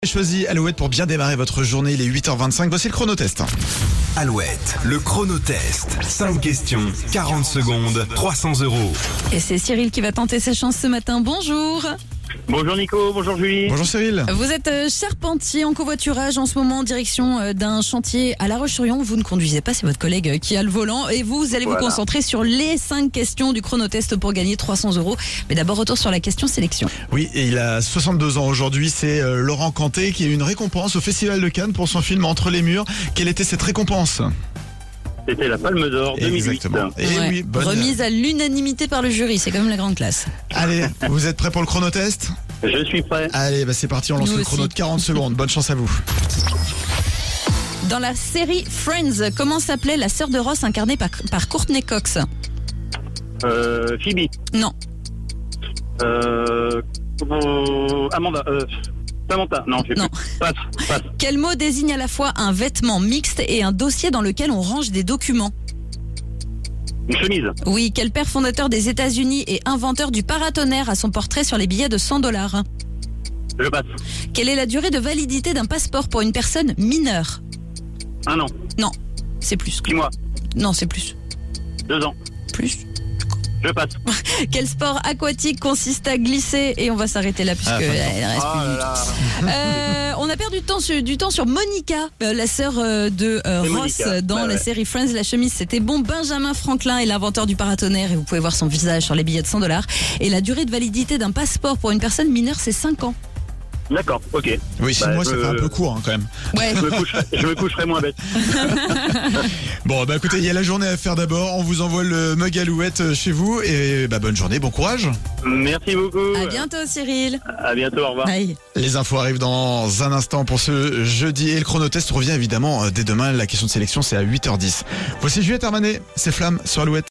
Choisi Alouette pour bien démarrer votre journée, il est 8h25, voici le chronotest. Alouette, le chronotest. 5 questions, 40 secondes, 300 €. Et c'est Cyril qui va tenter sa chance ce matin. Bonjour. Bonjour Nico, bonjour Julie. Bonjour Cyril. Vous êtes charpentier en covoiturage en ce moment en direction d'un chantier à La Roche-sur-Yon. Vous ne conduisez pas, c'est votre collègue qui a le volant. Et vous allez vous concentrer sur les 5 questions du chronotest pour gagner 300 €. Mais d'abord, retour sur la question sélection. Oui, et il a 62 ans aujourd'hui, c'est Laurent Canté qui a eu une récompense au Festival de Cannes pour son film Entre les murs. Quelle était cette récompense ? C'était la Palme d'Or 2008. Exactement. Et Ouais. oui, bonne... Remise à l'unanimité par le jury, c'est quand même la grande classe. Allez, vous êtes prêts pour le chronotest ? Je suis prêt. Allez, c'est parti, on lance Nous le aussi. chrono de 40 secondes. Bonne chance à vous. Dans la série Friends, comment s'appelait la sœur de Ross incarnée par Courtney Cox ? Phoebe. Non. Amanda. Samantha. Non, je sais Non. plus. Passe. Quel mot désigne à la fois un vêtement mixte et un dossier dans lequel on range des documents ? Une chemise. Oui, quel père fondateur des États-Unis et inventeur du paratonnerre a son portrait sur les billets de 100 $? Je passe. Quelle est la durée de validité d'un passeport pour une personne mineure ? 1 an. Non, c'est plus. 6 mois. Non, c'est plus. 2 ans. Plus. Je passe. Quel sport aquatique consiste à glisser ? Et on va s'arrêter là puisque Ah, il reste Oh plus là du là. tout. On a perdu du temps sur Monica, la sœur de Ross Monica. dans Bah la ouais. série Friends. La chemise, c'était bon. Benjamin Franklin est l'inventeur du paratonnerre et vous pouvez voir son visage sur les billets de 100 $. Et la durée de validité d'un passeport pour une personne mineure, c'est 5 ans. D'accord, ok. Oui, 6 Bah, mois, ça fait un peu court quand même. Ouais. Je me coucherai moins bête. Bon, écoutez, il y a la journée à faire d'abord. On vous envoie le mug Alouette chez vous. Et bonne journée, bon courage. Merci beaucoup. À bientôt, Cyril. À bientôt, au revoir. Bye. Les infos arrivent dans un instant pour ce jeudi. Et le chronotest revient évidemment dès demain. La question de sélection, c'est à 8h10. Voici Juliette Armanet, c'est Flamme sur Alouette.